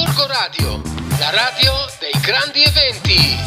Gorgo Radio, la radio dei grandi eventi.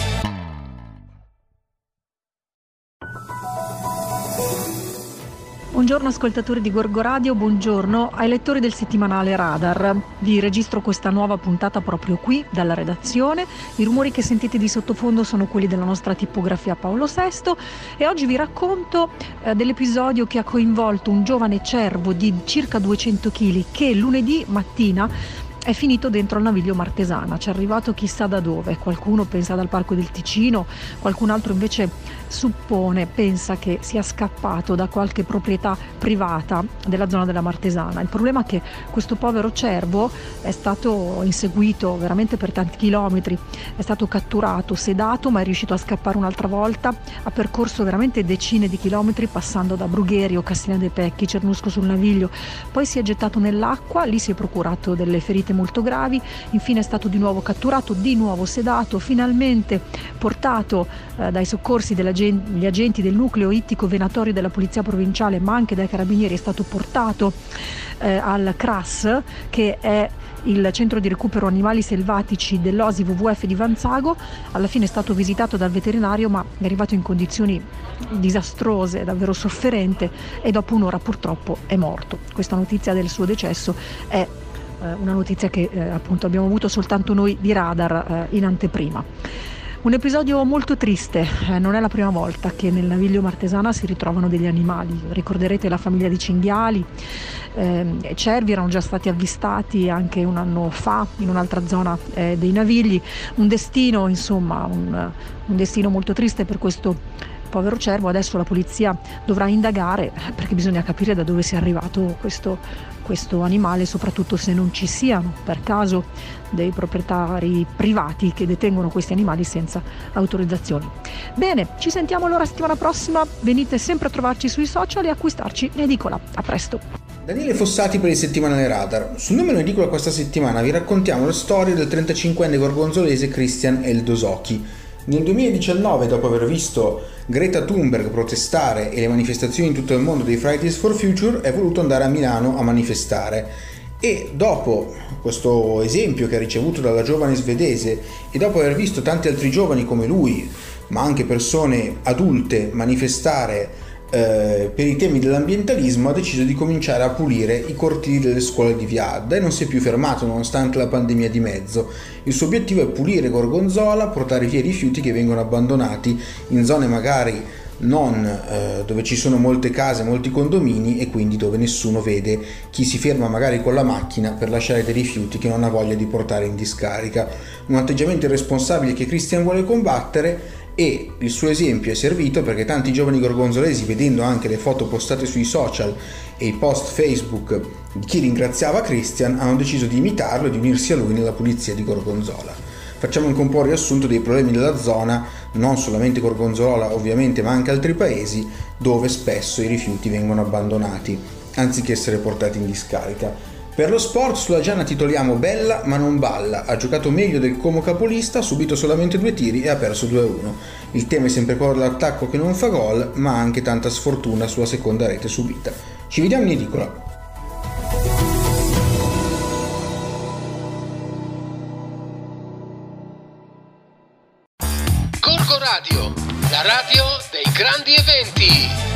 Buongiorno ascoltatori di Gorgo Radio, buongiorno ai lettori del settimanale Radar. Vi registro questa nuova puntata proprio qui, dalla redazione. I rumori che sentite di sottofondo sono quelli della nostra tipografia Paolo VI e oggi vi racconto dell'episodio che ha coinvolto un giovane cervo di circa 200 kg che lunedì mattina è finito dentro al naviglio Martesana. Ci è arrivato chissà da dove. Qualcuno pensa dal Parco del Ticino, qualcun altro invece pensa che sia scappato da qualche proprietà privata della zona della Martesana. Il problema è che questo povero cervo è stato inseguito veramente per tanti chilometri, è stato catturato, sedato, ma è riuscito a scappare un'altra volta. Ha percorso veramente decine di chilometri passando da Brugherio, Cassina dei Pecchi, Cernusco sul Naviglio, poi si è gettato nell'acqua, lì si è procurato delle ferite molto gravi, infine è stato di nuovo catturato, di nuovo sedato, finalmente portato dai soccorsi degli agenti del nucleo ittico venatorio della polizia provinciale, ma anche dai carabinieri. È stato portato al CRAS, che è il centro di recupero animali selvatici dell'OSI WWF di Vanzago. Alla fine è stato visitato dal veterinario, ma è arrivato in condizioni disastrose, davvero sofferente, e dopo un'ora purtroppo è morto. Questa notizia del suo decesso è una notizia che appunto abbiamo avuto soltanto noi di Radar in anteprima. Un episodio molto triste, non è la prima volta che nel naviglio Martesana si ritrovano degli animali. Ricorderete la famiglia di cinghiali, cervi erano già stati avvistati anche un anno fa in un'altra zona dei navigli. Un destino, insomma, un destino molto triste per questo povero cervo. Adesso la polizia dovrà indagare, perché bisogna capire da dove sia arrivato questo animale, soprattutto se non ci siano per caso dei proprietari privati che detengono questi animali senza autorizzazioni. Bene, ci sentiamo allora settimana prossima. Venite sempre a trovarci sui social e acquistarci in edicola. A presto. Daniele Fossati per il settimanale Radar. Sul numero edicola questa settimana vi raccontiamo la storia del 35enne gorgonzolese Christian Eldosocchi. Nel 2019, dopo aver visto Greta Thunberg protestare e le manifestazioni in tutto il mondo dei Fridays for Future, è voluto andare a Milano a manifestare. E dopo questo esempio che ha ricevuto dalla giovane svedese e dopo aver visto tanti altri giovani come lui, ma anche persone adulte manifestare per i temi dell'ambientalismo, ha deciso di cominciare a pulire i cortili delle scuole di Viadda e non si è più fermato nonostante la pandemia di mezzo. Il suo obiettivo è pulire Gorgonzola, portare via i rifiuti che vengono abbandonati in zone magari non dove ci sono molte case, molti condomini, e quindi dove nessuno vede chi si ferma magari con la macchina per lasciare dei rifiuti che non ha voglia di portare in discarica. Un atteggiamento irresponsabile che Christian vuole combattere, e il suo esempio è servito perché tanti giovani gorgonzolesi, vedendo anche le foto postate sui social e i post Facebook di chi ringraziava Christian, hanno deciso di imitarlo e di unirsi a lui nella pulizia di Gorgonzola. Facciamo anche un po' il riassunto dei problemi della zona, non solamente Gorgonzola ovviamente, ma anche altri paesi dove spesso i rifiuti vengono abbandonati anziché essere portati in discarica. Per lo sport, sulla Gianna titoliamo Bella ma non balla. Ha giocato meglio del Como capolista, ha subito solamente 2 tiri e ha perso 2-1. Il tema è sempre quello dell'attacco che non fa gol, ma anche tanta sfortuna sulla seconda rete subita. Ci vediamo in edicola. Gorgo Radio, la radio dei grandi eventi.